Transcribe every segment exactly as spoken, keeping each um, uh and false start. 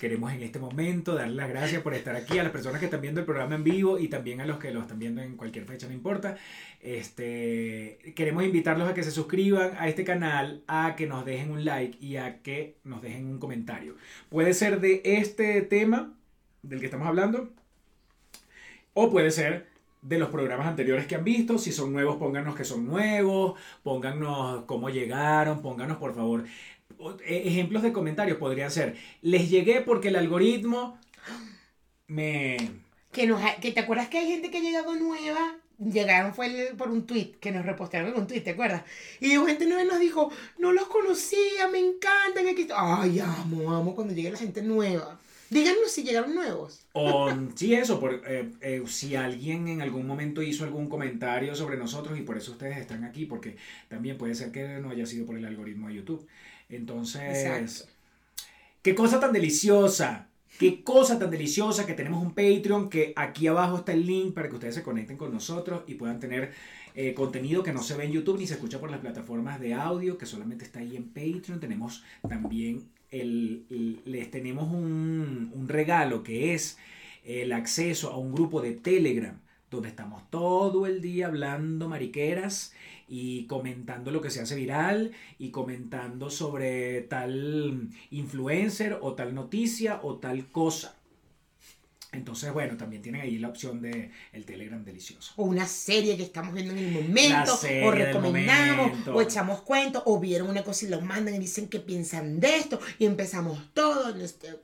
queremos en este momento darle las gracias por estar aquí a las personas que están viendo el programa en vivo y también a los que lo están viendo en cualquier fecha, no importa. Este, queremos invitarlos a que se suscriban a este canal, a que nos dejen un like y a que nos dejen un comentario. Puede ser de este tema del que estamos hablando o puede ser de los programas anteriores que han visto. Si son nuevos, pónganos que son nuevos, pónganos cómo llegaron, pónganos por favor ejemplos de comentarios. Podrían ser: les llegué porque el algoritmo me... Que, nos ha, que te acuerdas que hay gente que ha llegado nueva. Llegaron fue el, por un tweet, que nos repostearon en un tweet, ¿te acuerdas? Y gente nueva nos dijo: no los conocía, me encantan. Aquí. Ay, amo, amo cuando llegue la gente nueva. Díganos si llegaron nuevos. O sí, eso, por, eh, eh, si alguien en algún momento hizo algún comentario sobre nosotros y por eso ustedes están aquí, porque también puede ser que no haya sido por el algoritmo de YouTube. Entonces, exacto. Qué cosa tan deliciosa, qué cosa tan deliciosa que tenemos un Patreon, que aquí abajo está el link para que ustedes se conecten con nosotros y puedan tener eh, contenido que no se ve en YouTube ni se escucha por las plataformas de audio, que solamente está ahí en Patreon. Tenemos también el, el, les tenemos un, un regalo que es el acceso a un grupo de Telegram donde estamos todo el día hablando mariqueras y comentando lo que se hace viral y comentando sobre tal influencer o tal noticia o tal cosa. Entonces, bueno, también tienen ahí la opción de el Telegram delicioso. O una serie que estamos viendo en el momento, o recomendamos, o echamos cuentos, o vieron una cosa y lo mandan y dicen qué piensan de esto, y empezamos todo,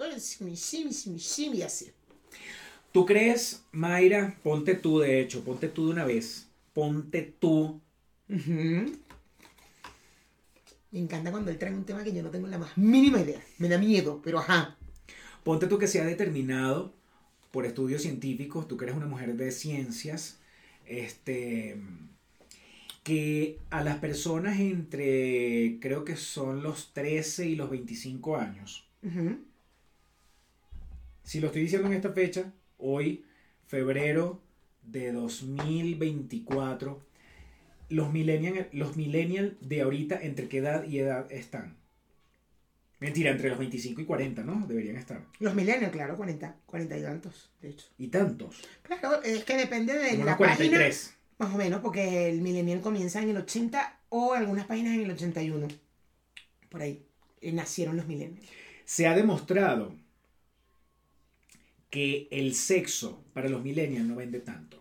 y así. ¿Tú crees, Mayra? Ponte tú, de hecho, ponte tú de una vez. Ponte tú. Uh-huh. Me encanta cuando él trae un tema que yo no tengo la más mínima idea. Me da miedo, pero ajá. Ponte tú que sea determinado por estudios científicos, tú que eres una mujer de ciencias, este, que a las personas entre, creo que son los trece y los veinticinco años, uh-huh. Si lo estoy diciendo en esta fecha, hoy, febrero de dos mil veinticuatro, los millennials los millennial de ahorita, ¿entre qué edad y edad están? Mentira, entre los veinticinco y cuarenta, ¿no? Deberían estar. Los millennials, claro, cuarenta, cuarenta y tantos, de hecho. ¿Y tantos? Claro, es que depende de como la cuarenta y tres. Página, más o menos, porque el millennial comienza en el ochenta o algunas páginas en el ochenta y uno. Por ahí eh, nacieron los millennials. Se ha demostrado que el sexo para los millennials no vende tanto.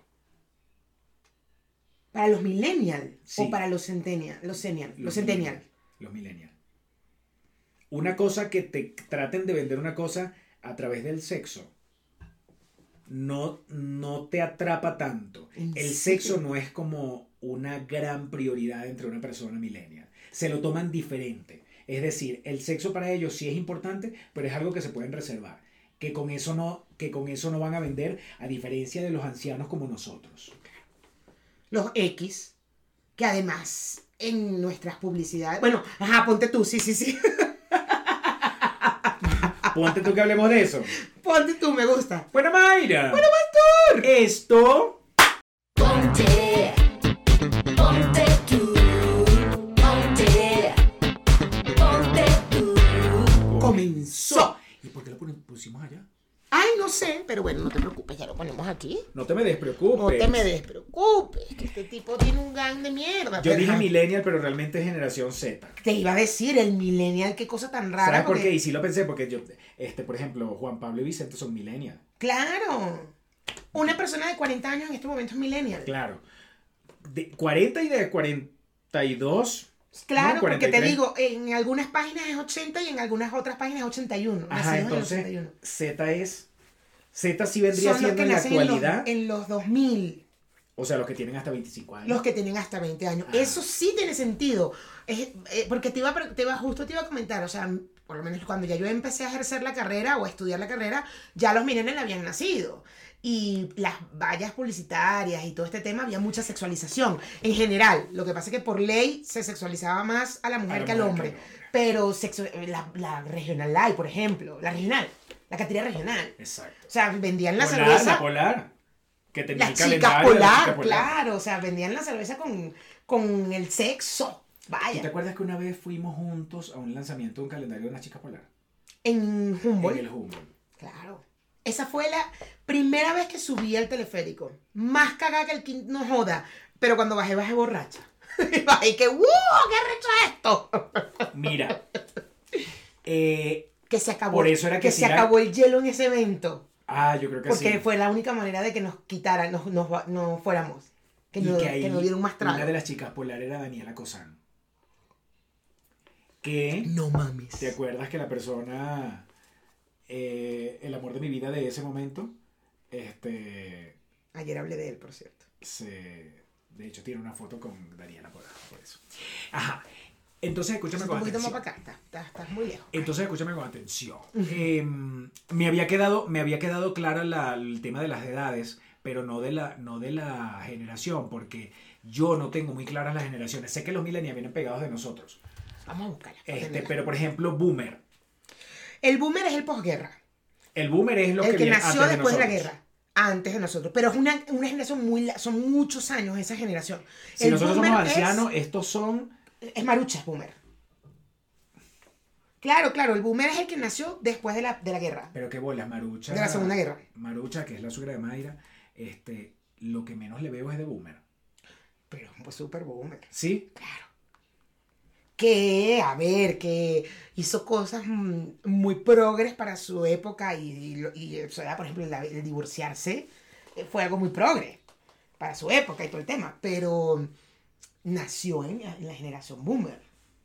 ¿Para los millennials? Sí. ¿O para los centennials? Los centennials. Los, los centennials. Los millennials. Una cosa que te traten de vender una cosa a través del sexo no, no te atrapa tanto. El sexo no es como una gran prioridad entre una persona millennial. Se lo toman diferente. Es decir, el sexo para ellos sí es importante, pero es algo que se pueden reservar. Que con eso no, que con eso no van a vender, a diferencia de los ancianos como nosotros. Los X, que además en nuestras publicidades... Bueno, ajá, ponte tú, sí, sí, sí. Ponte tú que hablemos de eso. Ponte tú, me gusta. Buena Mayra. Buena Pastor. Esto... Ponte, ponte tú, ponte, ponte tú. Comenzó. ¿Y por qué lo pusimos allá? Ay, no sé, pero bueno, no te preocupes, ya lo ponemos aquí. No te me despreocupes. No te me despreocupes, que este tipo tiene un gang de mierda. Yo pero... dije millennial, pero realmente es generación Z. Te iba a decir, el millennial, qué cosa tan rara. ¿Sabes porque... por qué? Y sí lo pensé, porque yo, este, por ejemplo, Juan Pablo y Vicente son millennial. Claro. Una persona de cuarenta años en este momento es millennial. Claro. De cuarenta y de cuarenta y dos... Claro, no, porque te digo, en algunas páginas es ochenta y en algunas otras páginas es ochenta y uno. Ajá, entonces ochenta y uno. Z es... Z sí vendría Son siendo en la actualidad. En los, en los dos mil. O sea, los que tienen hasta veinticinco años. Los que tienen hasta veinte años. Ah. Eso sí tiene sentido. Es, eh, porque te iba, te iba, justo te iba a comentar, o sea, por lo menos cuando ya yo empecé a ejercer la carrera o a estudiar la carrera, ya los millennials habían nacido. Y las vallas publicitarias y todo este tema, había mucha sexualización. En general, lo que pasa es que por ley se sexualizaba más a la mujer a que al hombre. Que Pero sexu la, la Regional Light, por ejemplo, la regional, la categoría regional. Exacto. O sea, vendían la polar, cerveza. La polar. Que tenía Las el chicas calendario polar, de la chica polar, claro. O sea, vendían la cerveza con, con el sexo. Vaya. ¿Tú te acuerdas que una vez fuimos juntos a un lanzamiento de un calendario de una chica polar? En Humboldt. En el Humboldt. Claro. Esa fue la primera vez que subí al teleférico. Más cagada que el quinto, no joda. Pero cuando bajé, bajé borracha. Bajé que, ¡wow! ¡Qué recho esto! Mira. Eh, que se acabó. Por eso era que que si se era- acabó el hielo en ese evento. ah, yo creo que Porque sí. fue la única manera de que nos quitaran, nos, nos, nos fuéramos. Que Y no, que ahí que no dieron más trago. una de las chicas polar era Daniela Cosán. Que, No mames. ¿te acuerdas que la persona, eh, el amor de mi vida de ese momento, este, Ayer hablé de él, por cierto. se, de hecho tiene una foto con Daniela por, por eso. Ajá. Entonces escúchame Un con poquito más atención. para acá. Estás, estás, estás muy lejos. Entonces escúchame con atención. Eh, me había quedado, me había quedado clara la- el tema de las edades, pero no de la, no de la generación, porque yo no tengo muy claras las generaciones. Sé que los millennials vienen pegados de nosotros. Vamos a buscarla. para Este, tenerla. pero por ejemplo, boomer. El boomer es el posguerra. El boomer es lo El que, que viene nació antes después de, la nosotros. guerra. Antes de nosotros. Pero es una, una generación muy... la- Son muchos años esa generación. Si El nosotros boomer somos es- ancianos, estos son... Es Marucha, es boomer. Claro, claro. El boomer es el que nació después de la, de la guerra. Pero qué bolas, Marucha. De la Segunda Guerra. Marucha, que es la suegra de Mayra, este, lo que menos le veo es de boomer. Pero pues súper boomer. ¿Sí? Que, a ver, que hizo cosas mm, muy progres para su época y, y, lo- y, o sea, por ejemplo, el, el divorciarse eh, fue algo muy progre para su época y todo el tema, pero nació en, en la generación boomer.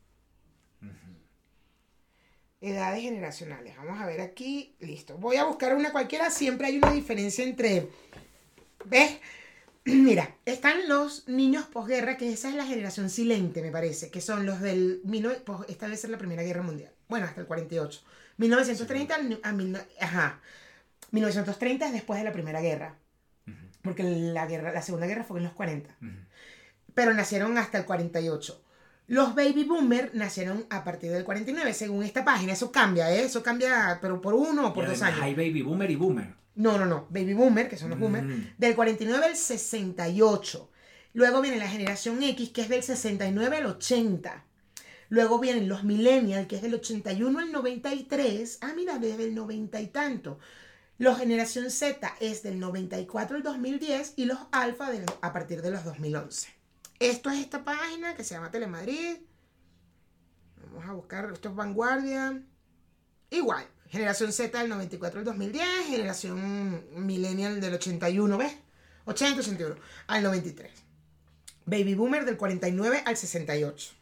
Edades generacionales. Vamos a ver aquí. Listo. Voy a buscar una cualquiera. Siempre hay una diferencia entre... ¿Ves? Mira, están los niños posguerra, que esa es la generación silente, me parece, que son los del... mil nove- pos- esta debe ser la Primera Guerra Mundial. Bueno, hasta el cuarenta y ocho. mil novecientos treinta al- a mil, ajá. mil novecientos treinta es después de la Primera Guerra. Porque la, guerra, la Segunda Guerra fue en los cuarenta. Ujú. Pero nacieron hasta el cuarenta y ocho. Los baby boomers nacieron a partir del cuarenta y nueve, según esta página. Eso cambia, ¿eh? Eso cambia, pero por uno o por Y dos además años. hay baby boomer y boomer. No, no, no. Baby boomer, que son los boomers, Mm. del cuarenta y nueve al sesenta y ocho. Luego viene la generación X, que es del sesenta y nueve al ochenta. Luego vienen los millennials, que es del ochenta y uno al noventa y tres. Ah, mira, desde el noventa y tanto. Los generación Z es del noventa y cuatro al dos mil diez y los alfa del- a partir de los dos mil once. Esto es esta página que se llama Telemadrid. Vamos a buscar, esto es Vanguardia. Igual, generación Z del noventa y cuatro al dos mil diez, generación millennial del ochenta y uno, ¿ves? ochenta, ochenta y uno al noventa y tres. Baby boomer del cuarenta y nueve al sesenta y ocho.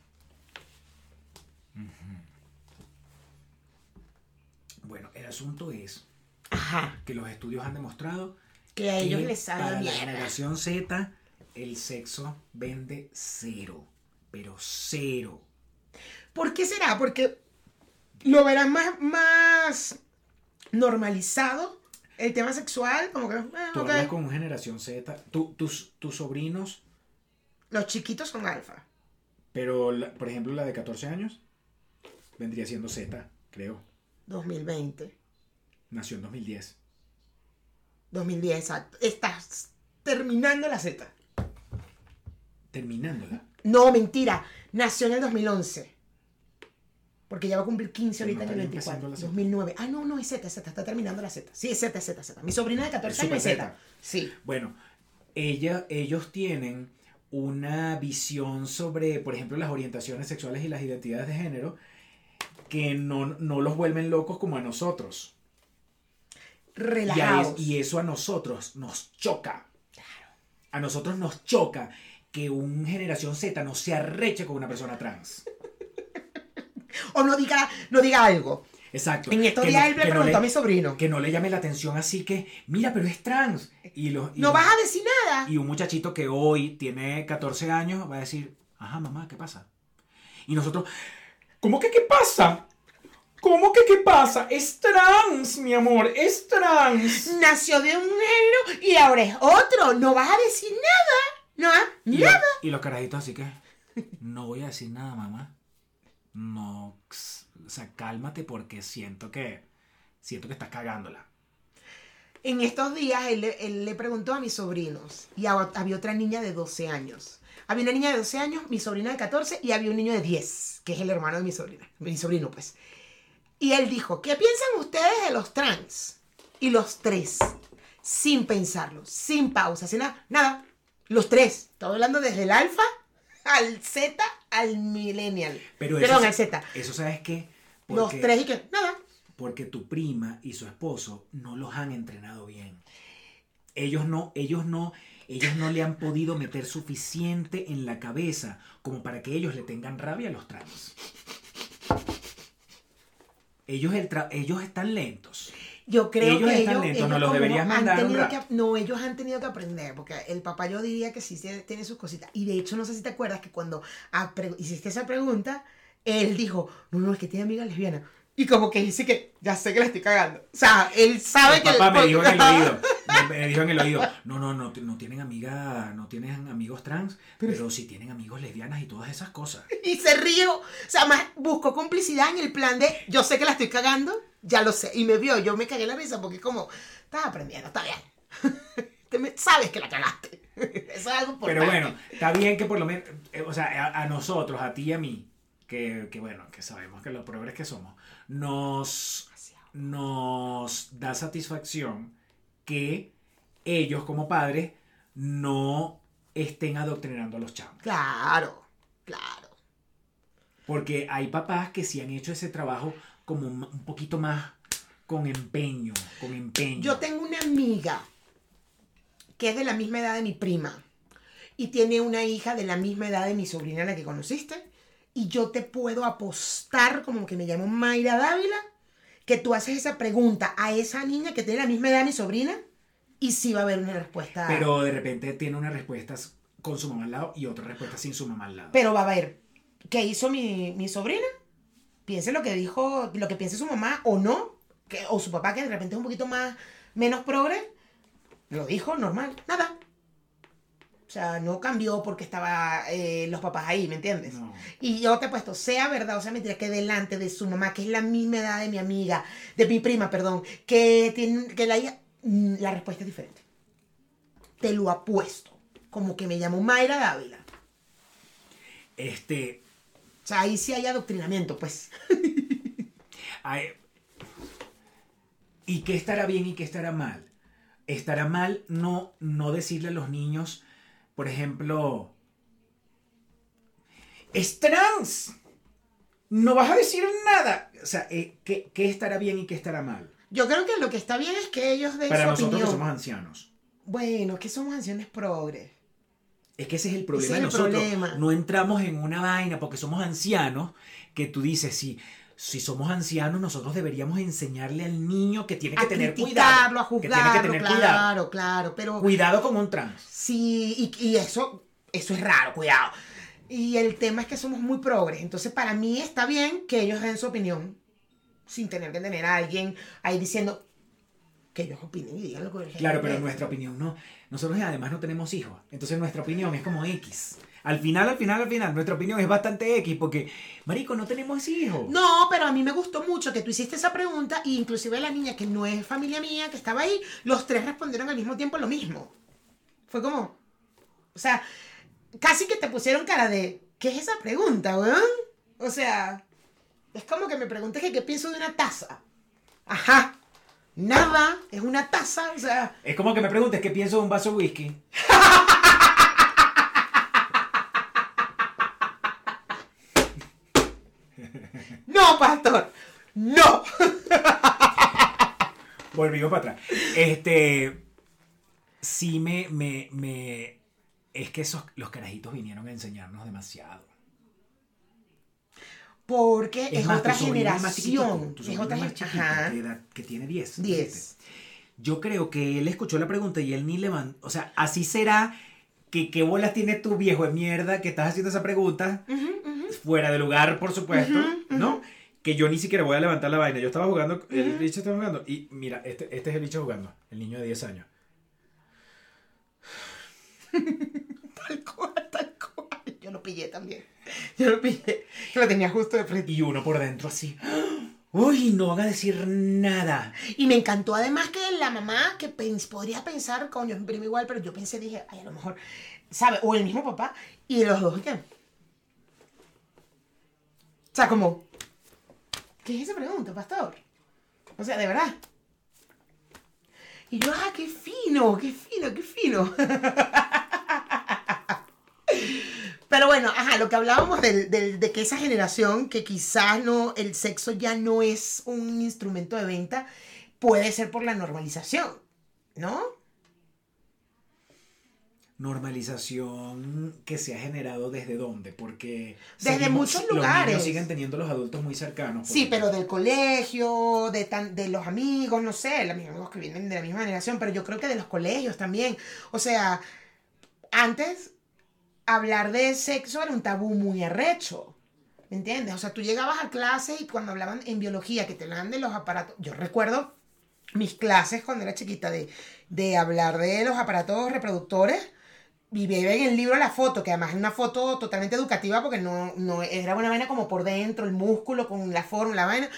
Bueno, el asunto es Ajá. que los estudios han demostrado Que a ellos que les sabe para la mierda. generación Z el sexo vende cero, pero cero. ¿Por qué será? Porque lo verán más, más normalizado el tema sexual, como que ah, Tú ok. hablas con generación Z, tú- tus, tus sobrinos, Los chiquitos son alfa. pero la- por ejemplo la de catorce años vendría siendo Z, creo. dos mil veinte, Nació en dos mil diez. dos mil diez, exacto. Estás terminando la Z. Terminándola. No, mentira. Nació en el dos mil once. Porque ya va a cumplir quince Pero ahorita no en el estaría empezando veinticuatro. la Z. dos mil nueve. Ah, no, no, es Z, Z. Está terminando la Z. Sí, es Z, Z, Z. Mi sobrina de catorce Es años es super Z. Z. Sí. Bueno, ella, ellos tienen una visión sobre, por ejemplo, las orientaciones sexuales y las identidades de género que no, no los vuelven locos como a nosotros. Y, a Relajados. es- y eso a nosotros nos choca. A nosotros nos choca que un generación Z no se arreche con una persona trans. O no diga, no diga algo. Exacto. En estos Que días no- él me que no preguntó le- a mi sobrino. Que no le llame la atención así que, mira, pero es trans. Y, los, y, No vas a decir nada. y un muchachito que hoy tiene catorce años va a decir, ajá, mamá, ¿qué pasa? Y nosotros, ¿cómo que qué pasa? ¿Cómo que qué pasa? Es trans, mi amor, es trans. Nació de un género y ahora es otro. No vas a decir nada. No, Y, nada. lo- y los carajitos así que, no voy a decir nada, mamá. No, ks- o sea, cálmate porque siento que, siento que estás cagándola. En estos días él, le- él le preguntó a mis sobrinos y a- había otra niña de doce años. Había una niña de doce años, mi sobrina de catorce y había un niño de diez, que es el hermano de mi sobrina, mi sobrino pues. Y él dijo, ¿qué piensan ustedes de los trans? Y los tres, sin pensarlo, sin pausa, sin nada, nada. Los tres. Estoy hablando desde el alfa al Z al millennial. Pero Perdón, eso, al Z. Eso, ¿sabes qué? Los tres y que, nada. Porque tu prima y su esposo no los han entrenado bien. Ellos no, ellos no, ellos no le han podido meter suficiente en la cabeza como para que ellos le tengan rabia a los trans. Ellos, el tra- ellos están lentos. Yo creo ellos que están ellos, lentos, ellos no los como deberías han mandar un tenido rap. que, no, ellos han tenido que aprender, porque el papá yo diría que sí se- tiene sus cositas. Y de hecho, no sé si te acuerdas que cuando ah, pre- hiciste esa pregunta, él dijo, no, no, es que tiene amiga lesbiana. Y como que dice que ya sé que la estoy cagando. O sea, él sabe El que... papá me el- dijo en el oído, me, me dijo en el oído, no, no, no, no tienen amiga, no tienen amigos trans, pero, pero sí tienen amigos lesbianas y todas esas cosas. Y se rió. O sea, más buscó complicidad en el plan de, yo sé que la estoy cagando, ya lo sé. Y me vio, yo me cagué la risa porque como, estás aprendiendo, está bien. Te me- Sabes que la cagaste. Eso es algo importante. Pero bueno, está bien que por lo menos, eh, o sea, a, a nosotros, a ti y a mí, que, que bueno, que sabemos que los progres que somos, nos, nos da satisfacción que ellos como padres no estén adoctrinando a los chamos. Claro, claro. Porque hay papás que sí han hecho ese trabajo como un un poquito más con empeño, con empeño. Yo tengo una amiga que es de la misma edad de mi prima y tiene una hija de la misma edad de mi sobrina, la que conociste, y yo te puedo apostar, como que me llamo Mayra Dávila, que tú haces esa pregunta a esa niña que tiene la misma edad de mi sobrina y sí va a haber una respuesta. Pero de repente tiene una respuesta con su mamá al lado y otra respuesta sin su mamá al lado. Pero va a haber, ¿qué hizo mi, mi sobrina? Piense lo que dijo, lo que piense su mamá o no, que, o su papá que de repente es un poquito más, menos progre, lo dijo normal, nada. O sea, no cambió porque estaba eh, los papás ahí, ¿me entiendes? No. Y yo te he puesto, sea verdad o sea mentira, que delante de su mamá, que es la misma edad de mi amiga, de mi prima, perdón, que tiene, que la hija, mm, la respuesta es diferente. Te lo apuesto. Como que me llamo Mayra Dávila. Este, O sea, ahí sí hay adoctrinamiento, pues. hay- ¿y qué estará bien y qué estará mal? Estará mal no, no decirle a los niños, por ejemplo, ¡es trans! No vas a decir nada. O sea, eh, ¿qué, qué estará bien y qué estará mal? Yo creo que lo que está bien es que ellos den Para su nosotros opinión. que somos ancianos. Bueno, que somos ancianos progres. Es que ese es el problema Ese de es el nosotros. problema. No entramos en una vaina porque somos ancianos que tú dices, si, si somos ancianos, nosotros deberíamos enseñarle al niño que tiene que A tener criticarlo, cuidado. a que tiene juzgarlo, que tener claro, cuidado. claro, pero Cuidado con un trans. sí, y, y eso, eso es raro, cuidado. Y el tema es que somos muy progres, entonces para mí está bien que ellos den su opinión, sin tener que tener a alguien ahí diciendo que ellos opinen y digan lo que les Claro, pero les- nuestra opinión no. Nosotros además no tenemos hijos. Entonces nuestra opinión es como X. Al final, al final, al final, nuestra opinión es bastante X porque, marico, no tenemos hijos. No, pero a mí me gustó mucho que tú hiciste esa pregunta y inclusive la niña que no es familia mía, que estaba ahí, los tres respondieron al mismo tiempo lo mismo. Fue como, o sea, casi que te pusieron cara de, ¿qué es esa pregunta, weón? O sea, es como que me preguntes que qué pienso de una taza. Ajá, nada, es una taza, o sea, Es como que me preguntes qué pienso de un vaso de whisky. no, pastor, no. Volvimos para atrás. Este. Sí me, me, me. Es que esos, los carajitos vinieron a enseñarnos demasiado. Porque es, más, otra tu sobrino es más chiquitico, generación. tu Es sobrino otra más generación. chiquito, Ajá. que, edad- que tiene diez. diez. Yo creo que él escuchó la pregunta y él ni levantó. O sea, así será que qué bolas tiene tu viejo de mierda que estás haciendo esa pregunta. Fuera de lugar, por supuesto, Ujú, ujú. ¿no? Que yo ni siquiera voy a levantar la vaina. Yo estaba jugando, el bicho estaba jugando. Y mira, este, este es el bicho jugando, el niño de diez años. Tal cual, tal cual. Yo lo pillé también. Yo lo pillé. Que lo tenía justo de frente. Y uno por dentro así. Uy, no van a decir nada. Y me encantó además que la mamá, que pens- podría pensar, coño, es mi primo igual, pero yo pensé, dije, ay, a lo mejor, ¿sabe? O el mismo papá. Y los dos, ¿qué? O sea, como, ¿qué es esa pregunta, pastor? O sea, de verdad. Y yo, ah, qué fino, qué fino, qué fino. Pero bueno, ajá, lo que hablábamos del, del, de que esa generación, que quizás no, el sexo ya no es un instrumento de venta, puede ser por la normalización, ¿no? Normalización que se ha generado desde dónde, porque desde seguimos, muchos los lugares. niños siguen teniendo los adultos muy cercanos. Sí, pero del colegio, de, tan, de los amigos, no sé, los amigos que vienen de la misma generación, pero yo creo que de los colegios también. O sea, antes hablar de sexo era un tabú muy arrecho, ¿me entiendes? O sea, tú llegabas a clase y cuando hablaban en biología, que te hablaban de los aparatos, yo recuerdo mis clases cuando era chiquita de, de hablar de los aparatos reproductores y ver en el libro la foto, que además es una foto totalmente educativa porque no, no era una vaina como por dentro, el músculo con la forma, la vaina.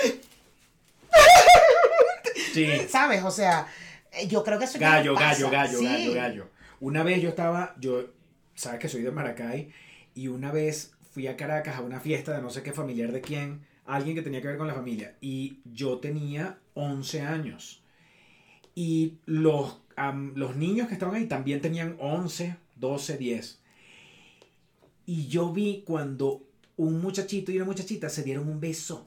Sí. ¿Sabes? O sea, yo creo que eso ya Gallo, no pasa. gallo, gallo, Sí. gallo, gallo. Una vez yo estaba, yo, sabes que soy de Maracay, y una vez fui a Caracas a una fiesta de no sé qué familiar de quién, alguien que tenía que ver con la familia, y yo tenía once años. Y los, um, los niños que estaban ahí también tenían once, doce, diez. Y yo vi cuando un muchachito y una muchachita se dieron un beso.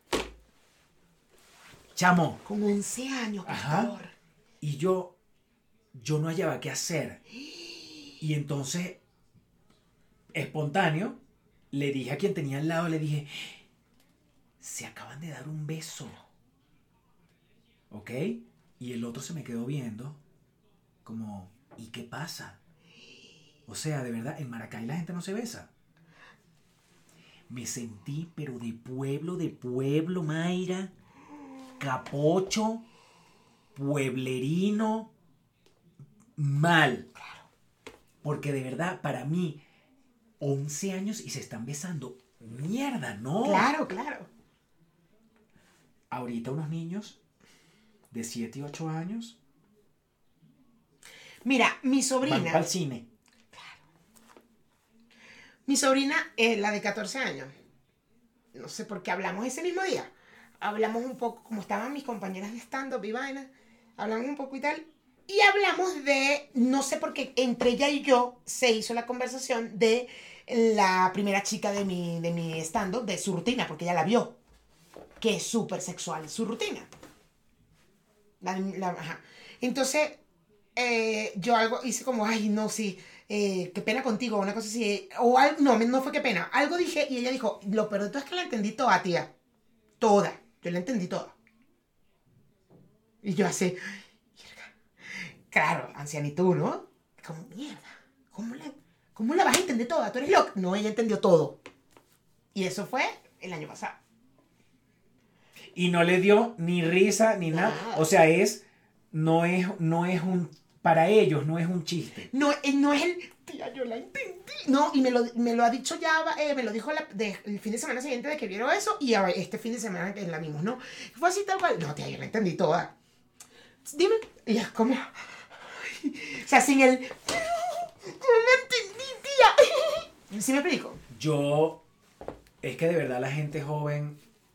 Chamo. Con once años, por Ajá. favor. Y yo, yo no hallaba qué hacer. Y entonces, espontáneo, le dije a quien tenía al lado, le dije, se acaban de dar un beso. ¿Ok? Y el otro se me quedó viendo, como, ¿y qué pasa? O sea, de verdad, en Maracay la gente no se besa. Me sentí, pero de pueblo, de pueblo, Mayra, capocho, pueblerino, mal. Porque de verdad, para mí, once años y se están besando. Mierda, no. Claro, claro. Ahorita unos niños de siete y ocho años Mira, mi van sobrina, al cine. mi sobrina es la de catorce años. No sé por qué hablamos ese mismo día. Hablamos un poco, como estaban mis compañeras de stand-up y vaina, hablamos un poco y tal. Y hablamos de, no sé por qué, entre ella y yo se hizo la conversación de la primera chica de mi, de mi stand-up, de su rutina, porque ella la vio. Que es súper sexual su rutina. La, la, ajá. Entonces, eh, yo algo hice como, ay, no, sí, eh, qué pena contigo, una cosa así. O algo, no, no fue qué pena. Algo dije y ella dijo, lo peor de todo es que la entendí toda, tía. Toda. Yo la entendí toda. Y yo así, claro, ancianitud, ¿no? Como, mierda, ¿cómo la, ¿cómo la vas a entender toda? ¿Tú eres loca? No, ella entendió todo. Y eso fue el año pasado. Y no le dio ni risa ni nada. Nada. O sea, es, no es, no es un, para ellos no es un chiste. No, eh, no es el, tía, yo la entendí. No, y me lo, me lo ha dicho ya, eh, me lo dijo la, de, el fin de semana siguiente de que vieron eso, y a ver, este fin de semana que la vimos, ¿no? Fue así tal cual. No, tía, yo la entendí toda. Dime. Y es como, o sea, sin el, yo la entendí, tía. ¿Sí me explico? Yo, es que de verdad la gente joven,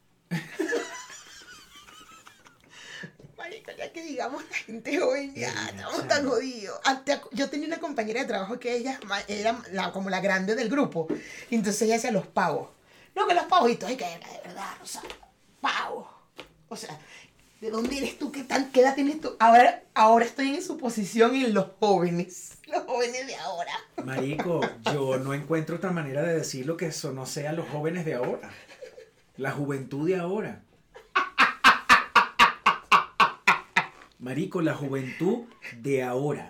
Marica, ya que digamos la gente joven, ya Mira, estamos chamo. tan jodidos. Ante- Yo tenía una compañera de trabajo que ella ma- era la, como la grande del grupo. Y entonces ella hacía los pavos. No, que los pavos y todo, ay, que de verdad, o sea, pavos. O sea, ¿de dónde eres tú? ¿Qué, tan, qué edad tienes tú? Ahora, ahora estoy en su posición en los jóvenes. Los jóvenes de ahora. marico, yo no encuentro otra manera de decirlo que eso no sean los jóvenes de ahora. La juventud de ahora. Marico, la juventud de ahora.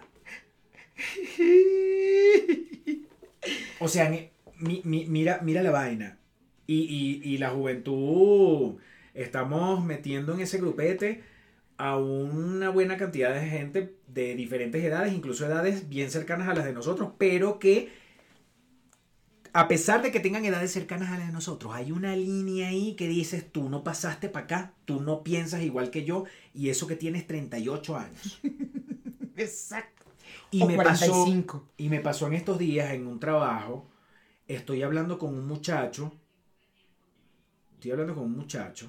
O sea, mi- mi- mi- mira, mira la vaina. Y, y, y la juventud, estamos metiendo en ese grupete a una buena cantidad de gente de diferentes edades, incluso edades bien cercanas a las de nosotros, pero que, a pesar de que tengan edades cercanas a las de nosotros, hay una línea ahí que dices, tú no pasaste para acá, tú no piensas igual que yo, y eso que tienes treinta y ocho años. Exacto. Y O me cuarenta y pasó, cinco. y me pasó en estos días en un trabajo, estoy hablando con un muchacho, estoy hablando con un muchacho,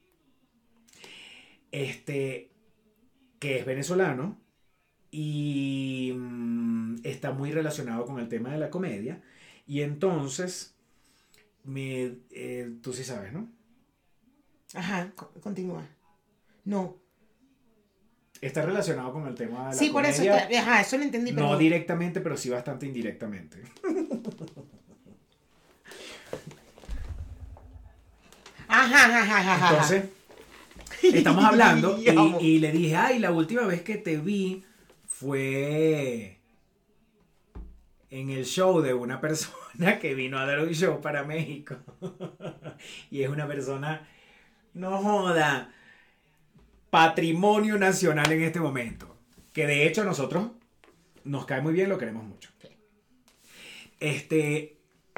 este, que es venezolano y mm, está muy relacionado con el tema de la comedia. Y entonces, me, eh, tú sí sabes, ¿no? Ajá, co- continúa. No. Está relacionado con el tema de la Sí, por eso, comedia. está- ajá, eso lo entendí, pero No directamente, pero sí bastante indirectamente. Ajá, ajá, ajá, ajá, ajá. Entonces, estamos hablando Yo amo. y, y le dije, ay, la última vez que te vi fue en el show de una persona que vino a dar un show para México. Y es una persona, no joda, patrimonio nacional en este momento. Que de hecho a nosotros nos cae muy bien, lo queremos mucho. Este...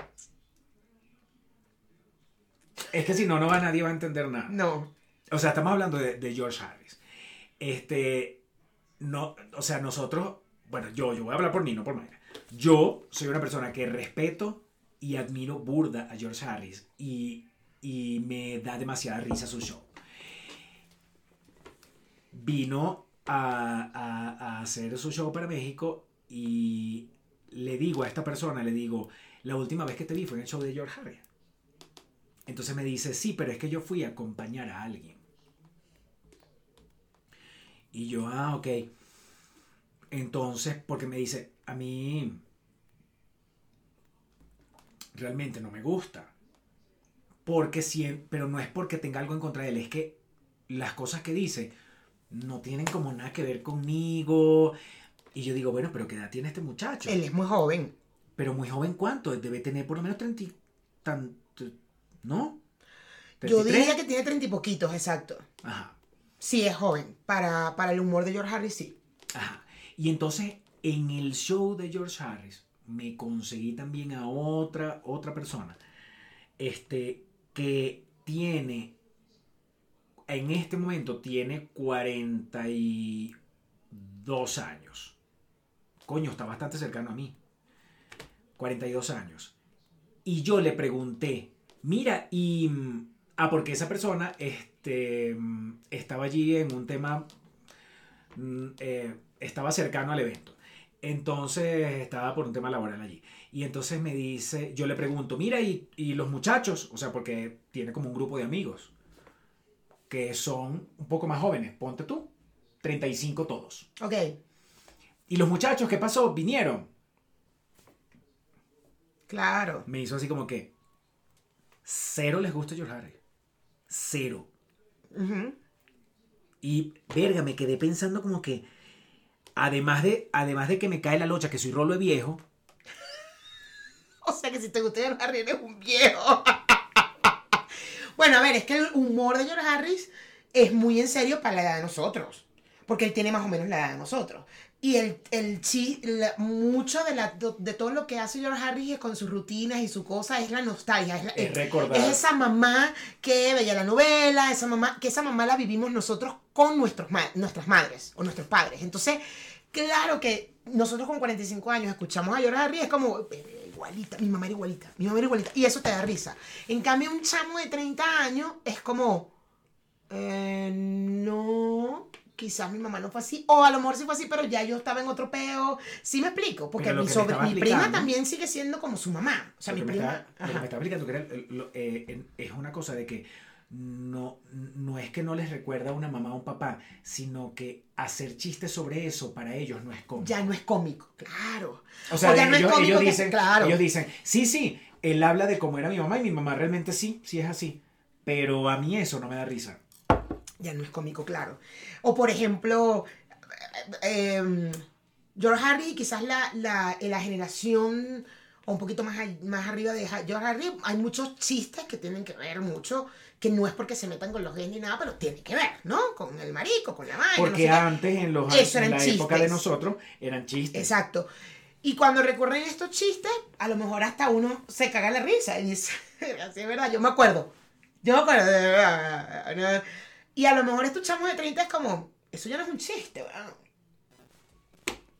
Es que si no, no va, nadie va a entender nada. No. O sea, estamos hablando de, de George Harris. Este, no, o sea, nosotros, bueno, yo, yo voy a hablar por mí, no por Mayra. Yo soy una persona que respeto y admiro burda a George Harris y, y me da demasiada risa su show. Vino a, a, a hacer su show para México y le digo a esta persona, le digo, la última vez que te vi fue en el show de George Harris. Entonces me dice, sí, pero es que yo fui a acompañar a alguien. Y yo, ah, ok. Entonces, porque me dice, a mí realmente no me gusta. Porque siempre, pero no es porque tenga algo en contra de él, es que las cosas que dice no tienen como nada que ver conmigo. Y yo digo, bueno, pero ¿qué edad tiene este muchacho? Él es muy joven. Pero muy joven, ¿cuánto? Debe tener por lo menos treinta, tan, ¿no? Yo ¿treinta y tres? diría que tiene treinta y poquitos, exacto. Ajá, Sí, es joven. Para, para el humor de George Harris, sí. ajá. Y entonces, en el show de George Harris, me conseguí también a otra, otra persona, este, que tiene, en este momento, tiene cuarenta y dos años. Coño, está bastante cercano a mí. cuarenta y dos años. Y yo le pregunté, mira, y... Ah, porque esa persona este, estaba allí en un tema... Eh, estaba cercano al evento. Entonces estaba por un tema laboral allí. Y entonces me dice, yo le pregunto, mira, y, y los muchachos, o sea, porque tiene como un grupo de amigos que son un poco más jóvenes, ponte tú, treinta y cinco todos. Ok. ¿Y los muchachos qué pasó? Vinieron. Claro. Me hizo así como que cero les gusta George Harris. Cero. Ujú. Y, verga, me quedé pensando como que, además de, además de que me cae la locha, que soy rolo de viejo, O sea que si te gusta George Harris eres un viejo. Bueno, a ver, es que el humor de George Harris es muy en serio para la edad de nosotros. Porque él tiene más o menos la edad de nosotros. Y el, el chi, la- mucho de, la, de todo lo que hace George Harris con sus rutinas y su cosa es la nostalgia. Es, la- Es recordar. es esa mamá que veía la novela, esa mamá, que esa mamá la vivimos nosotros con nuestros, ma- nuestras madres o nuestros padres. Entonces, claro que nosotros con cuarenta y cinco años escuchamos a George Harris, es como, "Eh, igualita, mi mamá era igualita, mi mamá era igualita". Y eso te da risa. En cambio, un chamo de treinta años es como, eh, no, quizás mi mamá no fue así, o a lo mejor sí fue así, pero ya yo estaba en otro peo. ¿Sí me explico? Porque Pero lo mi, que me sobre- estaba mi prima explicando- también sigue siendo como su mamá. O sea, lo, mi que me prima. está, lo que ajá. me está explicando que era, eh, lo- eh, en- es una cosa de que no, no es que no les recuerda a una mamá o un papá, sino que hacer chistes sobre eso para ellos no es cómico. Ya no es cómico, claro. O sea, ya no es ellos, cómico ellos que- dicen, claro. ellos dicen, sí, sí, él habla de cómo era mi mamá y mi mamá realmente sí, sí es así. Pero a mí eso no me da risa. Ya no es cómico, claro. O por ejemplo, eh, eh, George Harris, quizás la, la, la generación o un poquito más, ahí- más arriba de Ha- George Harris, hay muchos chistes que tienen que ver mucho, que no es porque se metan con los gays ni nada, pero tiene que ver, ¿no? Con el marico, con la vaina. no Porque sé qué. antes, en, los, Eso en eran la época de chistes. nosotros, eran chistes. Exacto. Y cuando recurren estos chistes, a lo mejor hasta uno se caga la risa y dice, así es verdad, yo me acuerdo. Yo me acuerdo, de verdad. Y a lo mejor estos chamos de treinta es como, eso ya no es un chiste, ¿verdad?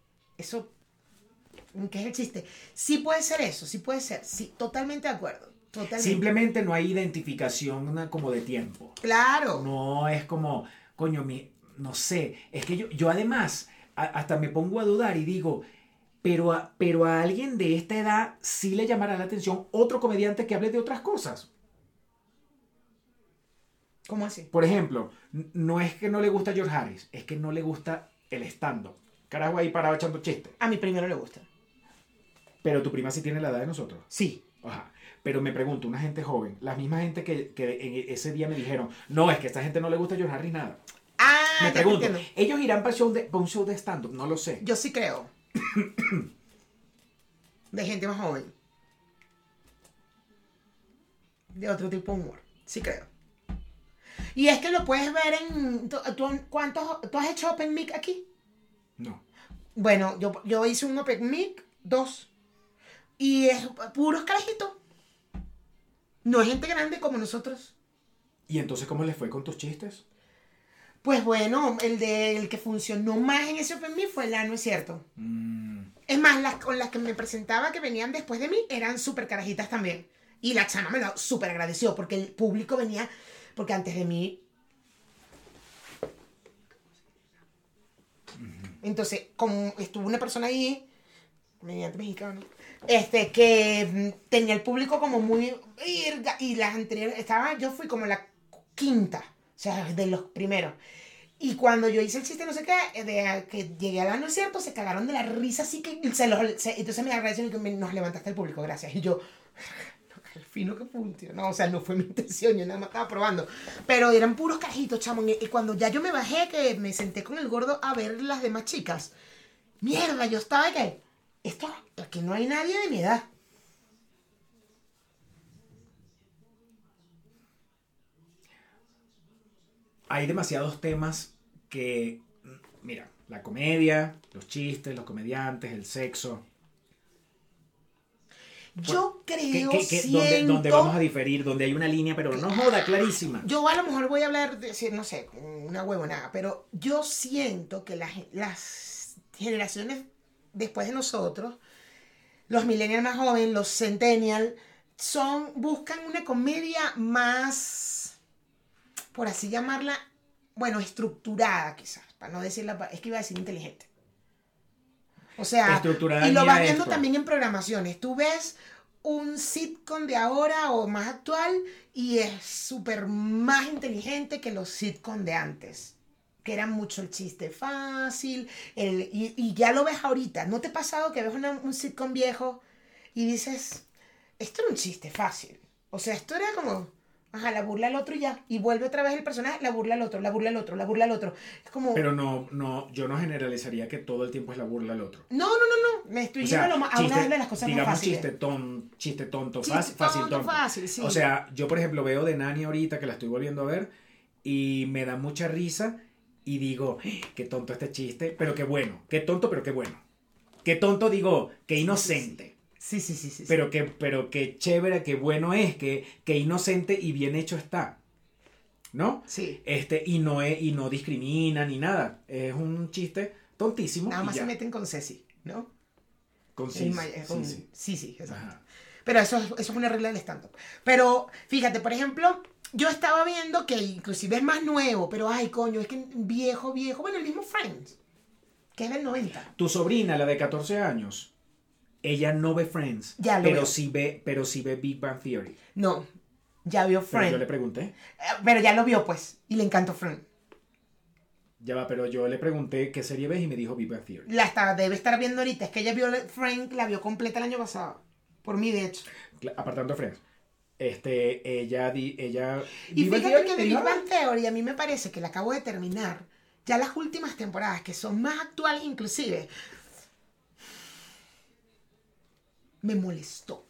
Eso, ¿qué es el chiste? Sí puede ser eso, sí puede ser, sí, totalmente de acuerdo. Totalmente. Simplemente no hay identificación como de tiempo. Claro. No es como, coño, mi, no sé, es que yo, yo además a, hasta me pongo a dudar y digo, pero a, pero a alguien de esta edad sí le llamará la atención otro comediante que hable de otras cosas. ¿Cómo así? Por ejemplo, n- no es que no le gusta George Harris, es que no le gusta el stand-up. Carajo ahí parado echando chistes. A mi primero le gusta. Pero tu prima sí tiene la edad de nosotros. Sí. Ajá. Pero me pregunto, una gente joven, la misma gente que, que en ese día me dijeron, no, es que a esta gente no le gusta George Harris nada. Ah, Me ya te pregunto, entiendo. ¿ellos irán para, el show de, para un show de stand-up? No lo sé. Yo sí creo. De gente más joven. De otro tipo de humor. Sí creo. Y es que lo puedes ver en... ¿Tú, tú- cuántos, ¿tú has hecho Open Mic aquí? No. Bueno, yo, yo hice un Open Mic, dos. Y es puros carajitos. No es gente grande como nosotros. ¿Y entonces cómo les fue con tus chistes? Pues bueno, el, de, el que funcionó más en ese Open Mic fue el Ah, no es cierto. Mm. Es más, las con las que me presentaba que venían después de mí eran súper carajitas también. Y la chama me lo súper agradeció porque el público venía, porque antes de mí... Entonces, como estuvo una persona ahí, mediante mexicano, este, que mm, tenía el público como muy... "Irga", y las anteriores, estaba, yo fui como la quinta, o sea, de los primeros. Y cuando yo hice el chiste, no sé qué, de que llegué a la no es cierto, se cagaron de la risa, así que se los, se- entonces me agradecieron que me- nos levantaste el público, gracias. Y yo, al fino que funcionó, o sea, no fue mi intención, yo nada más estaba probando. Pero eran puros cajitos, chamo. Y y cuando ya yo me bajé, que me senté con el gordo a ver las demás chicas, mierda, yo estaba de que, esto, aquí no hay nadie de mi edad. Hay demasiados temas que, mira, la comedia, los chistes, los comediantes, el sexo. Yo ¿Qué, creo, qué- qué- siento... dónde, dónde vamos a diferir? Donde hay una línea, pero no joda, clarísima. Yo a lo mejor voy a hablar, de, decir, no sé, una huevonada, pero yo siento que las, las generaciones después de nosotros, los millennials más jóvenes, los centennials, son, buscan una comedia más, por así llamarla, bueno, estructurada quizás, para no decir la, pa- es que iba a decir inteligente. O sea, Estructurada y lo mira vas viendo esto. también en programaciones. Tú ves un sitcom de ahora o más actual y es súper más inteligente que los sitcom de antes. Que eran mucho el chiste fácil. El, y, y ya lo ves ahorita. ¿No te ha pasado que ves una- un sitcom viejo y dices, esto era un chiste fácil? O sea, esto era como... Ajá, la burla al otro y ya. Y vuelve otra vez el personaje, la burla al otro, la burla al otro, la burla al otro. Es como... Pero no, no, yo no generalizaría que todo el tiempo es la burla al otro. No, no, no, no. Me estoy O yendo sea, a, lo más- a chiste- una de las cosas más digamos fáciles. chiste, ton, chiste tonto, Chiste fácil, fácil, tonto, tonto. fácil, sí. O sea, yo por ejemplo veo de Nani ahorita que la estoy volviendo a ver y me da mucha risa y digo, "Eh, qué tonto este chiste, pero qué bueno, qué tonto, pero qué bueno. Qué tonto digo, qué inocente. Sí, sí, sí, sí. Pero qué, pero qué chévere, qué bueno es, qué, qué inocente y bien hecho está. ¿No? Sí. Este, y no es, y no discrimina ni nada. Es un chiste tontísimo. Nada y más ya. se meten con Ceci, ¿no? Con El sí, ma- eh, con- sí, sí. sí, sí, exacto. Ajá. Pero eso, es- eso es una regla del stand-up. Pero fíjate, por ejemplo, yo estaba viendo que inclusive es más nuevo, pero ay, coño, es que viejo, viejo. Bueno, el mismo Friends, que es del noventa. Tu sobrina, la de catorce años, ella no ve Friends, Ya lo pero veo. sí ve, pero sí ve Big Bang Theory. No, ya vio Pero Friends. yo le pregunté, Eh, Pero ya lo vio, pues, y le encantó Friends. ya va, pero yo le pregunté qué serie ves y me dijo Big Bang Theory. La está, debe estar viendo ahorita. Es que ella vio Friends, la vio completa el año pasado. Por mí, de hecho. Cla- Apartando de Friends. Este, ella, di, ella. Y Big Bang fíjate Theory, que me Big dijo, Bang Theory a mí me parece que la acabo de terminar. Ya las últimas temporadas, que son más actuales inclusive, me molestó.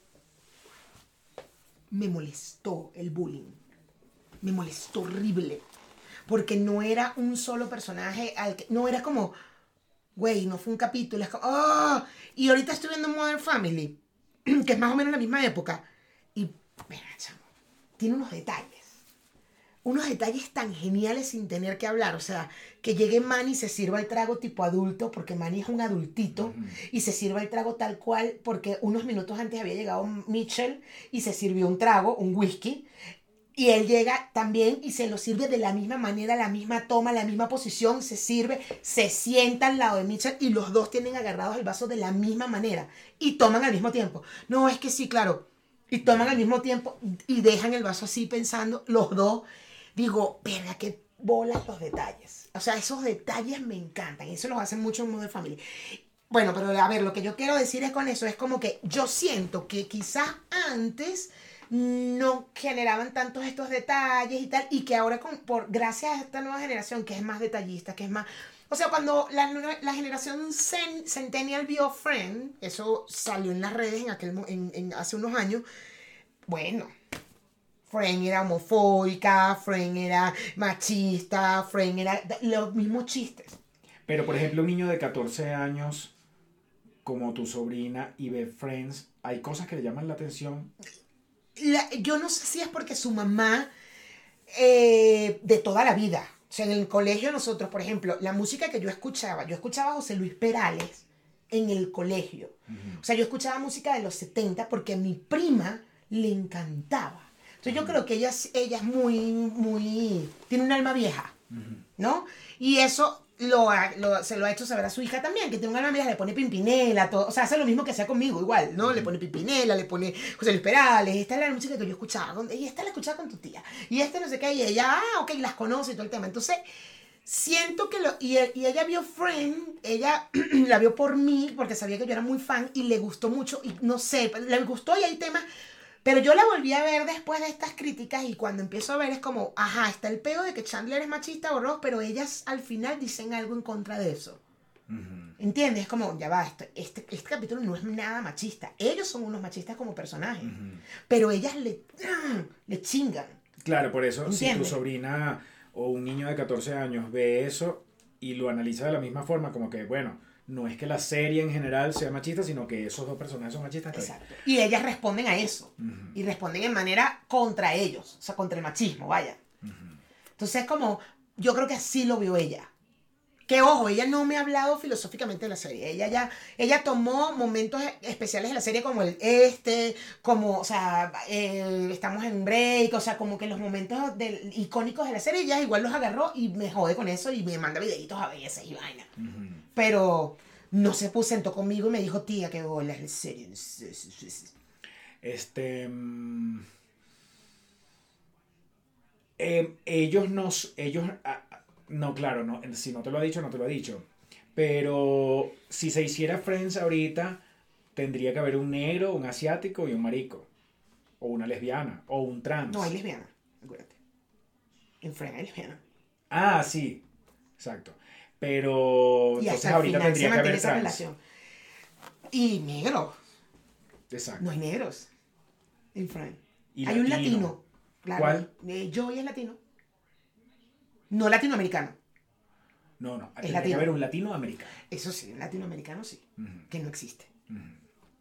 Me molestó el bullying. Me molestó horrible. Porque no era un solo personaje al que... No era como... Güey, no fue un capítulo. Es como... ¡Oh! Y ahorita estoy viendo Modern Family, que es más o menos la misma época. Y... Mira, chamo, tiene unos detalles. unos detalles tan geniales sin tener que hablar. O sea, que llegue Manny y se sirva el trago tipo adulto, porque Manny es un adultito, uh-huh. y se sirva el trago tal cual, porque unos minutos antes había llegado Mitchell y se sirvió un trago, un whisky. Y él llega también y se lo sirve de la misma manera, la misma toma, la misma posición, se sirve, se sienta al lado de Mitchell y los dos tienen agarrados el vaso de la misma manera y toman al mismo tiempo. No, es que sí, claro, y toman al mismo tiempo y dejan el vaso así pensando, los dos. Digo, verga, qué bolas los detalles. O sea, esos detalles me encantan y eso los hacen mucho en Modern Family. Bueno, pero a ver, lo que yo quiero decir es con eso, es como que yo siento que quizás antes no generaban tantos estos detalles y tal, y que ahora con, por, gracias a esta nueva generación que es más detallista, que es más... O sea, cuando la, la generación cen, Centennial vio Friends, eso salió en las redes en aquel, en, en, hace unos años, bueno, Friends era homofóbica, Friends era machista, Friends era los mismos chistes. Pero, por ejemplo, un niño de catorce años como tu sobrina y ve Friends, ¿hay cosas que le llaman la atención? La, yo no sé si es porque su mamá eh, de toda la vida, o sea, en el colegio nosotros, por ejemplo, la música que yo escuchaba, yo escuchaba a José Luis Perales en el colegio. Uh-huh. O sea, yo escuchaba música de los setenta porque a mi prima le encantaba. Entonces uh-huh. yo creo que ella, ella es muy, muy, tiene un alma vieja, uh-huh. ¿no? Y eso... Lo, lo, se lo ha hecho saber a su hija también, que tiene una alma vieja, le pone Pimpinela, todo, o sea, hace lo mismo que hacía conmigo, igual, ¿no? Le pone Pimpinela, le pone José Luis Perales, esta es la música que yo escuchaba, y esta la escuchaba con tu tía, y esta no sé qué, y ella, ah, ok, las conoce y todo el tema. Entonces, siento que lo, y, y ella vio Friends, ella la vio por mí, porque sabía que yo era muy fan, y le gustó mucho, y no sé, le gustó y hay temas. Pero yo la volví a ver después de estas críticas y cuando empiezo a ver es como, ajá, está el peo de que Chandler es machista o Ross, pero ellas al final dicen algo en contra de eso. Uh-huh. ¿Entiendes? Es como, ya va, este, este, este capítulo no es nada machista. Ellos son unos machistas como personajes, uh-huh. pero ellas le, le chingan. Claro, por eso, ¿entiendes? Si tu sobrina o un niño de catorce años ve eso y lo analiza de la misma forma, como que, bueno... No es que la serie en general sea machista, sino que esos dos personajes son machistas. Exacto. Y ellas responden a eso. Uh-huh. Y responden en manera contra ellos. O sea, contra el machismo, vaya. Uh-huh. Entonces es como, yo creo que así lo vio ella. Que ojo, ella no me ha hablado filosóficamente de la serie. Ella ya, ella tomó momentos especiales de la serie como el este, como, o sea, eh, estamos en break, o sea, como que los momentos del, icónicos de la serie, ella igual los agarró y me jode con eso y me manda videitos a veces y vaina. Uh-huh. Pero no se puso, sentó conmigo y me dijo, tía, qué bola es la serie. Este... Um, eh, ellos nos... Ellos... Ah, no, claro, no, si no te lo ha dicho, no te lo ha dicho. Pero si se hiciera Friends ahorita, tendría que haber un negro, un asiático y un marico. O una lesbiana, o un trans. No, hay lesbiana, acuérdate. En Friends hay lesbiana. Ah, sí, exacto. Pero y entonces ahorita tendría que haber esa trans. Relación. Y negro. Exacto. No hay negros en Friends. Hay latino. un latino. Claro. ¿Cuál? Eh, Joey es latino. No latinoamericano. No, no. Es Tendría latino. que haber un latinoamericano. Eso sí, un latinoamericano sí. Uh-huh. Que no existe. Uh-huh.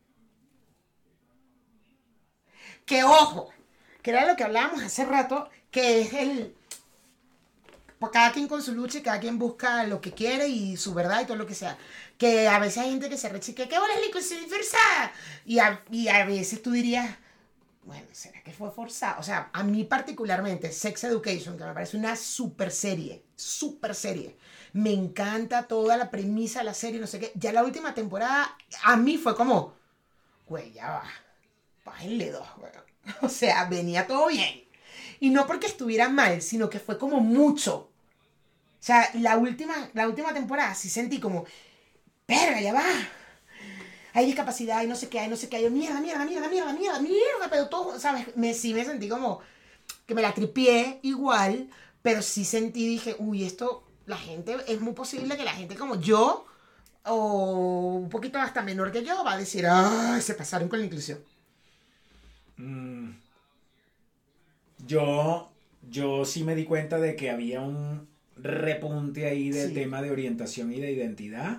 Que ojo, que era lo que hablábamos hace rato, que es el... Cada quien con su lucha y cada quien busca lo que quiere y su verdad y todo lo que sea. Que a veces hay gente que se rechique, ¿qué bola es la inclusión forzada? Y a, y a veces tú dirías, bueno, ¿será que fue forzado? O sea, a mí particularmente, Sex Education, que me parece una super serie, super serie. Me encanta toda la premisa de la serie, no sé qué. Ya la última temporada, a mí fue como, güey, ya va, bájenle dos, güey. O sea, venía todo bien. Y no porque estuviera mal, sino que fue como mucho. O sea, la última, la última temporada sí sentí como, verga, ya va. Hay discapacidad, hay no sé qué, hay no sé qué, hay mierda, mierda, mierda, mierda, mierda, mierda, pero todo, ¿sabes? Me, sí me sentí como que me la tripié igual, pero sí sentí, dije, uy, esto, la gente, es muy posible que la gente como yo, o un poquito hasta menor que yo, va a decir, ay, se pasaron con la inclusión. Mm. Yo, yo sí me di cuenta de que había un repunte ahí del sí. tema de orientación y de identidad.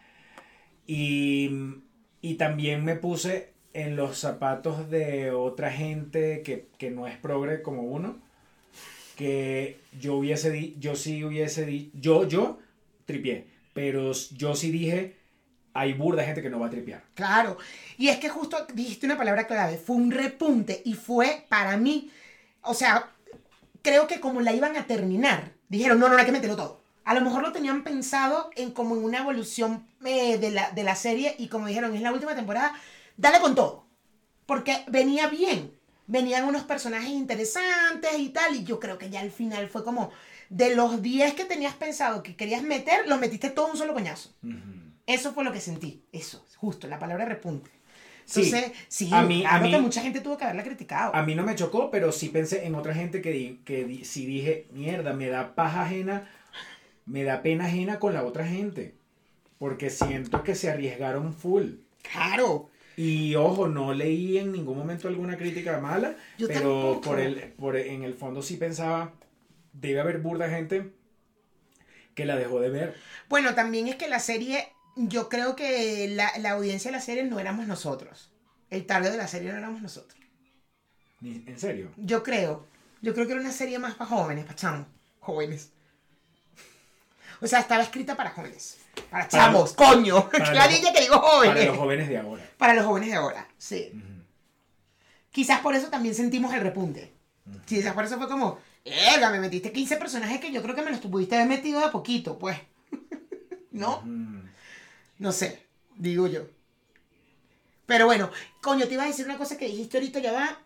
Y, y también me puse en los zapatos de otra gente que, que no es progre como uno, que yo hubiese di, yo sí hubiese di, yo, yo tripié, pero yo sí dije, hay burda gente que no va a tripear. Claro, y es que justo dijiste una palabra clave, fue un repunte y fue para mí, o sea, creo que como la iban a terminar, dijeron, no, no, no hay que meterlo todo. A lo mejor lo tenían pensado en como en una evolución eh, de, la, de la serie y como dijeron, es la última temporada, dale con todo. Porque venía bien, venían unos personajes interesantes y tal, y yo creo que ya al final fue como, de los diez que tenías pensado que querías meter, los metiste todo un solo coñazo. Uh-huh. Eso fue lo que sentí, eso, justo, la palabra repunte. Entonces, sí, sí a mí, claro a mí, que mucha gente tuvo que haberla criticado. A mí no me chocó, pero sí pensé en otra gente que, di, que di, sí dije, mierda, me da paja ajena, me da pena ajena con la otra gente, porque siento que se arriesgaron full. Claro. Y ojo, no leí en ningún momento alguna crítica mala, Yo pero por el, por, en el fondo sí pensaba, debe haber burda gente que la dejó de ver. Bueno, también es que la serie, yo creo que la, la audiencia de la serie no éramos nosotros. El target de la serie no éramos nosotros. ¿En serio? Yo creo. Yo creo que era una serie más para jóvenes, para chamos. Jóvenes. O sea, estaba escrita para jóvenes. Para chamos, para, coño. Para la niña que digo jóvenes. Para los jóvenes de ahora. Para los jóvenes de ahora, sí. Uh-huh. Quizás por eso también sentimos el repunte. Uh-huh. Quizás por eso fue como, ¡erga! Me metiste quince personajes que yo creo que me los pudiste haber metido de a poquito, pues. ¿No? Uh-huh. No sé, digo yo. Pero bueno, coño, te iba a decir una cosa que dijiste ahorita, ya va.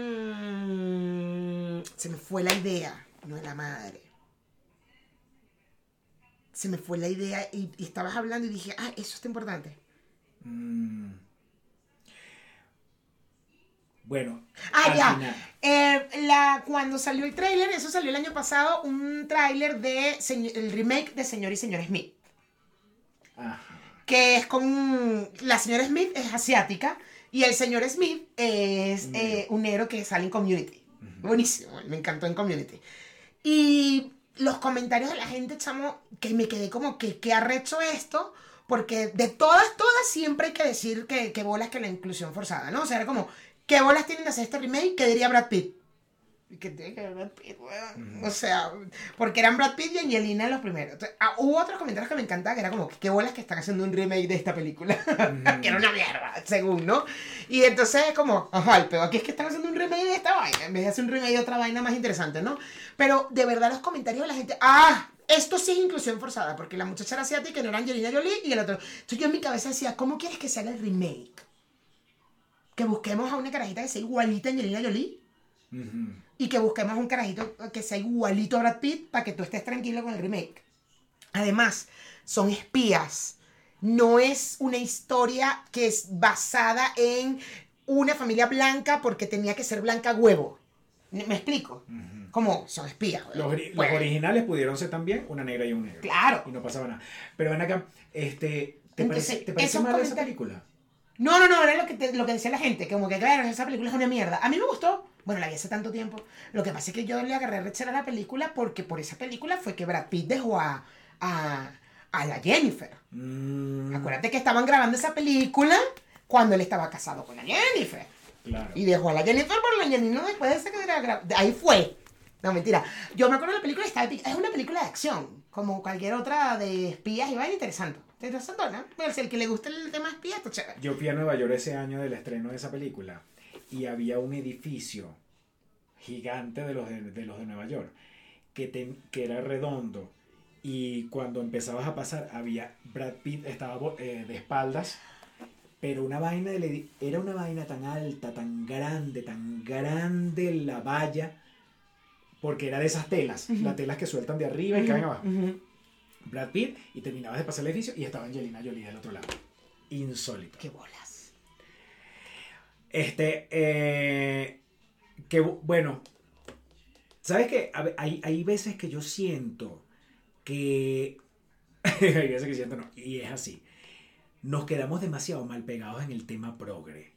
Mm, se me fue la idea, no es la madre. Se me fue la idea y, y estabas hablando y dije, ah, eso está importante. Mm. Bueno. Ah, ya. Eh, la, cuando salió el tráiler, eso salió el año pasado, un tráiler de el remake de Señor y Señor Smith. Ajá. Que es con... La señora Smith es asiática y el señor Smith es un negro, eh, un negro que sale en Community. Uh-huh. Buenísimo, me encantó en Community. Y los comentarios de la gente, chamo, que me quedé como que qué arrecho esto, porque de todas, todas siempre hay que decir que, que bolas que la inclusión forzada, ¿no? O sea, era como, ¿qué bolas tienen de hacer este remake? ¿Qué diría Brad Pitt? Que tiene que ver Brad Pitt, weón. Uh-huh. O sea, porque eran Brad Pitt y Angelina los primeros. Entonces, ah, hubo otros comentarios que me encantaban, que era como, qué bolas que están haciendo un remake de esta película. Uh-huh. Que era una mierda, según, ¿no? Y entonces es como, ajá, pero aquí es que están haciendo un remake de esta vaina, en vez de hacer un remake de otra vaina más interesante, ¿no? Pero de verdad los comentarios de la gente, ah, esto sí es inclusión forzada, porque la muchacha era asiática, no era Angelina Jolie, y el otro. Entonces yo en mi cabeza decía, ¿cómo quieres que se haga el remake? Que busquemos a una carajita que sea igualita a Angelina Jolie. Uh-huh. Y que busquemos un carajito que sea igualito a Brad Pitt para que tú estés tranquilo con el remake. Además, son espías. No es una historia que es basada en una familia blanca porque tenía que ser blanca huevo. ¿Me explico? Uh-huh. Como son espías. Los, ori- bueno. los originales pudieron ser también una negra y un negro. Claro. Y no pasaba nada. Pero ven acá, este, ¿te Entonces, parece, ¿te parece mal esa película? No, no, no, era lo que, te, lo que decía la gente, como que claro, esa película es una mierda. A mí me gustó, bueno, la vi hace tanto tiempo. Lo que pasa es que yo le agarré rechera a la película porque por esa película fue que Brad Pitt dejó a, a, a la Jennifer. Mm. Acuérdate que estaban grabando esa película cuando él estaba casado con la Jennifer. Claro. Y dejó a la Jennifer por la Jennifer después de esa que era gra- ahí fue. No, mentira. Yo me acuerdo de la película, está, es una película de acción, como cualquier otra de espías y va interesante. Interesante, ¿no? Pero si al que le gusta el tema espía, está chévere. Yo fui a Nueva York ese año del estreno de esa película y había un edificio gigante de los de, de, los de Nueva York que, te, que era redondo y cuando empezabas a pasar había Brad Pitt estaba eh, de espaldas, pero una vaina de, era una vaina tan alta, tan grande, tan grande la valla, porque era de esas telas, uh-huh. las telas que sueltan de arriba y uh-huh. caen abajo. Uh-huh. Brad Pitt y terminabas de pasar el edificio y estaba Angelina Jolie del otro lado. Insólito. ¡Qué bolas! Este, eh, que bueno, ¿sabes qué? Hay, hay veces que yo siento que, hay veces que siento no, y es así, nos quedamos demasiado mal pegados en el tema progre.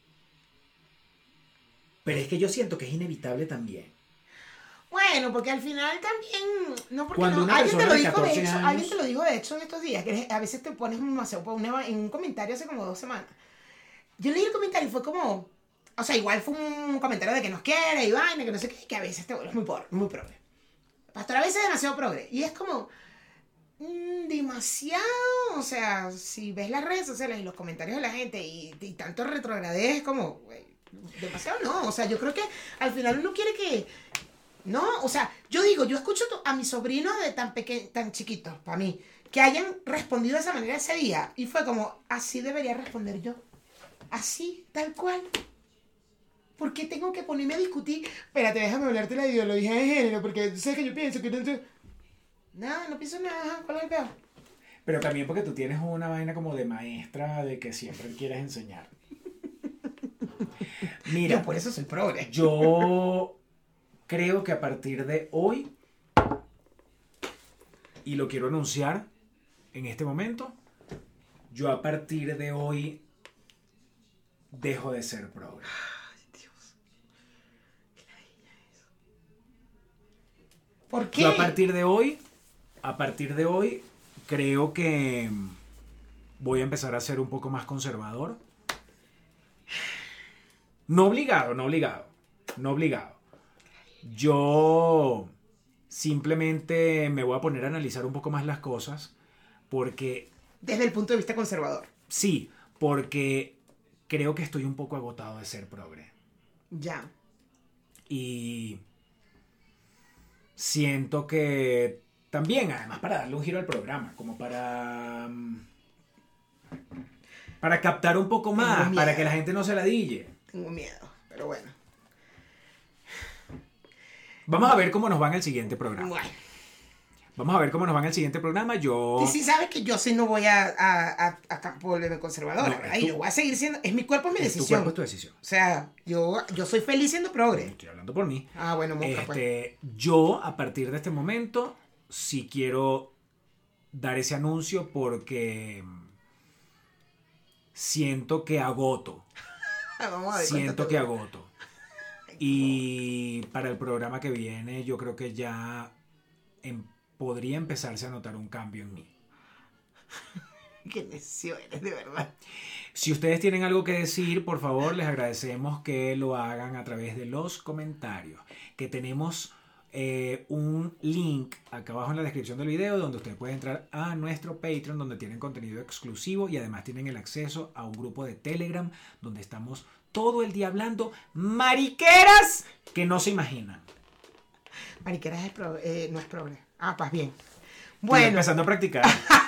Pero es que yo siento que es inevitable también. Bueno, porque al final también, no porque Cuando no, alguien te lo dijo de hecho, años... alguien te lo dijo de hecho en estos días, que a veces te pones un, una, en un comentario hace como dos semanas. Yo leí el comentario y fue como, o sea, igual fue un comentario de que nos quiere y vaina, que no sé qué, que a veces te vuelves muy por, muy progre. Pastora a veces es demasiado progre. Y es como, mmm, demasiado, o sea, si ves las redes sociales y los comentarios de la gente y, y tanto retrogradez, es como, güey, demasiado no. O sea, yo creo que al final uno quiere que, no, o sea, yo digo, yo escucho a mis sobrinos de tan pequeños, tan chiquitos, para mí, que hayan respondido de esa manera ese día. Y fue como, así debería responder yo. Así, tal cual. ¿Por qué tengo que ponerme a discutir? Espérate, déjame hablarte de la ideología de género, porque tú sabes que yo pienso que... No, nada, no pienso nada. ¿Cuál es el peor? Pero también porque tú tienes una vaina como de maestra de que siempre quieres enseñar. Mira, yo por eso soy progre. Yo creo que a partir de hoy, y lo quiero anunciar en este momento, yo a partir de hoy dejo de ser progre. Ay, Dios. ¿Qué es eso? ¿Por qué? Yo a partir de hoy, a partir de hoy, creo que voy a empezar a ser un poco más conservador. No obligado, no obligado, no obligado. Yo simplemente me voy a poner a analizar un poco más las cosas porque... Desde el punto de vista conservador. Sí, porque creo que estoy un poco agotado de ser progre. Ya. Y siento que también, además para darle un giro al programa, como para... Para captar un poco más, para que la gente no se ladille. Tengo miedo, pero bueno. Vamos a ver cómo nos va en el siguiente programa. Bueno. Vamos a ver cómo nos va en el siguiente programa. Yo... Y si sabes que yo sí no voy a, a, a, a volverme conservadora, No, ¿verdad? tú- Y yo voy a seguir siendo... Es mi cuerpo, es mi Es tu decisión. cuerpo, es tu decisión. O sea, yo, yo soy feliz siendo progre. Estoy hablando por mí. Ah, bueno, monja, pues. Este, yo, a partir de este momento, sí quiero dar ese anuncio porque siento que agoto. Vamos a ver. Siento cuéntate. que agoto. Y para el programa que viene, yo creo que ya em- podría empezarse a notar un cambio en mí. Qué necio eres, de verdad. Si ustedes tienen algo que decir, por favor, les agradecemos que lo hagan a través de los comentarios. Que tenemos eh, un link acá abajo en la descripción del video donde ustedes pueden entrar a nuestro Patreon, donde tienen contenido exclusivo y además tienen el acceso a un grupo de Telegram donde estamos todo el día hablando mariqueras que no se imaginan. Mariquera es pro- eh, no es progre. Ah, pues bien. Estoy Bueno, empezando a practicar.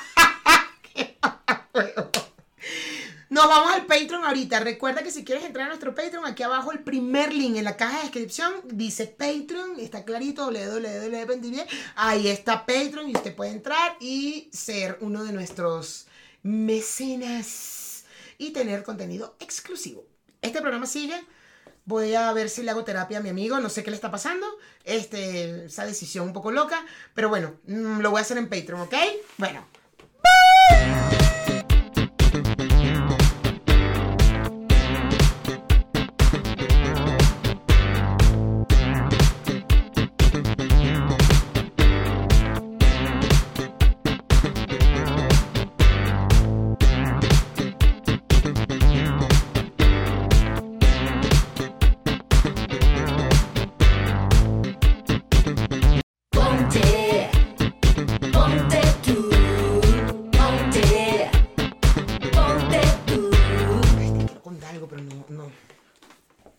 nos vamos al Patreon ahorita. Recuerda que si quieres entrar a nuestro Patreon, aquí abajo el primer link en la caja de descripción dice Patreon, está clarito, doble u doble u doble u punto pendibier. Ahí está Patreon y usted puede entrar y ser uno de nuestros mecenas y tener contenido exclusivo. Este programa sigue. Voy a ver si le hago terapia a mi amigo, no sé qué le está pasando, este, esa decisión un poco loca, pero bueno, mm, lo voy a hacer en Patreon, ¿ok? Bueno. Bye.